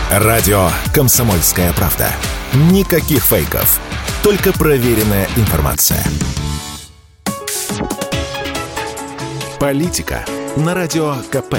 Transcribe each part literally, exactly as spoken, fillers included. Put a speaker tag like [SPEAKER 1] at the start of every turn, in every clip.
[SPEAKER 1] Радио «Комсомольская правда». Никаких фейков. Только проверенная информация. Политика на Радио КП.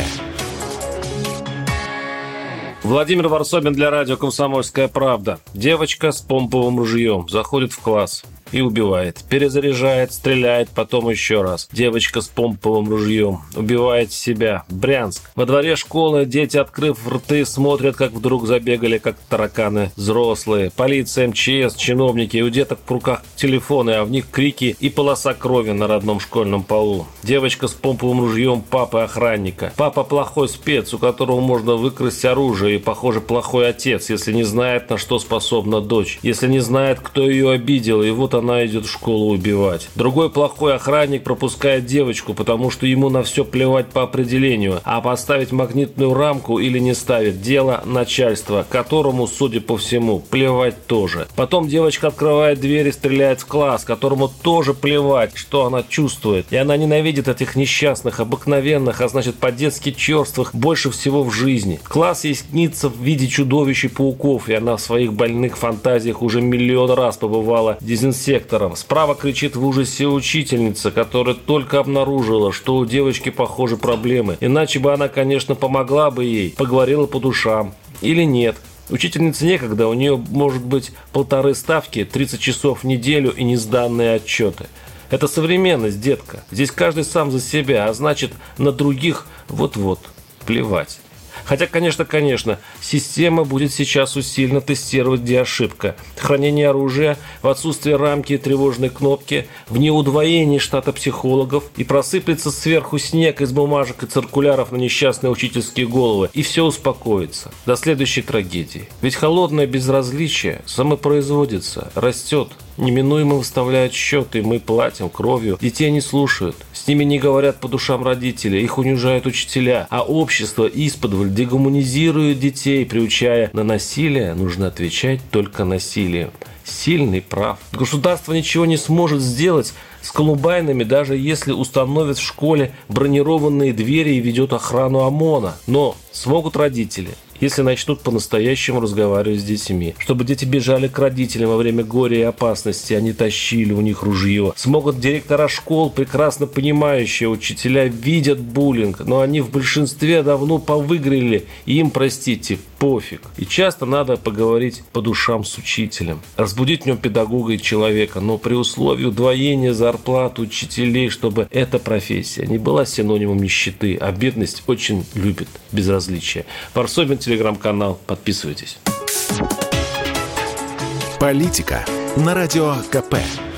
[SPEAKER 2] Владимир Варсобин для радио «Комсомольская правда». Девочка с помповым ружьем заходит в класс и убивает. Перезаряжает, стреляет, потом еще раз. Девочка с помповым ружьем убивает себя. Брянск. Во дворе школы дети, открыв рты, смотрят, как вдруг забегали, как тараканы, взрослые. Полиция, МЧС, чиновники. И у деток в руках телефоны, а в них крики и полоса крови на родном школьном полу. Девочка с помповым ружьем папы охранника. Папа плохой спец, у которого можно выкрасть оружие, и, похоже, плохой отец, если не знает, на что способна дочь. Если не знает, кто ее обидел, и вот она идет в школу убивать. Другой плохой охранник пропускает девочку, потому что ему на все плевать по определению, а поставить магнитную рамку или не ставить — дело начальства, которому, судя по всему, плевать тоже. Потом девочка открывает дверь и стреляет в класс, которому тоже плевать, что она чувствует. И она ненавидит этих несчастных, обыкновенных, а значит по-детски черствых больше всего в жизни. Класс ей снится в виде чудовищ и пауков, и она в своих больных фантазиях уже миллион раз побывала дезинсектором. Справа кричит в ужасе учительница, которая только обнаружила, что у девочки, похоже, проблемы. Иначе бы она, конечно, помогла бы ей, поговорила по душам. Или нет. Учительнице некогда, у нее может быть полторы ставки, тридцать часов в неделю и несданные отчеты. Это современность, детка. Здесь каждый сам за себя, а значит, на других вот-вот плевать. Хотя, конечно, конечно, система будет сейчас усиленно тестировать, где ошибка. Хранение оружия, в отсутствие рамки и тревожной кнопки, в неудвоении штата психологов, и просыплется сверху снег из бумажек и циркуляров на несчастные учительские головы, и все успокоится. До следующей трагедии. Ведь холодное безразличие самопроизводится, растет. Неминуемо выставляют счеты, мы платим кровью. Детей не слушают, с ними не говорят по душам родители, их унижают учителя, а общество исподволь дегуманизирует детей, приучая: на насилие нужно отвечать только насилием. Сильный прав. Государство ничего не сможет сделать с колумбайнами, даже если установит в школе бронированные двери и ведет охрану ОМОНа. Но смогут родители, если начнут по-настоящему разговаривать с детьми. Чтобы дети бежали к родителям во время горя и опасности, они тащили у них ружье. Смогут директора школ, прекрасно понимающие, учителя видят буллинг, но они в большинстве давно повыгорели, и им, простите, пофиг. И часто надо поговорить по душам с учителем, разбудить в нем педагога и человека, но при условии удвоения зарплат учителей, чтобы эта профессия не была синонимом нищеты, а бедность очень любит безразличие. Варсобин, телеграм-канал, подписывайтесь.
[SPEAKER 1] Политика на Радио КП.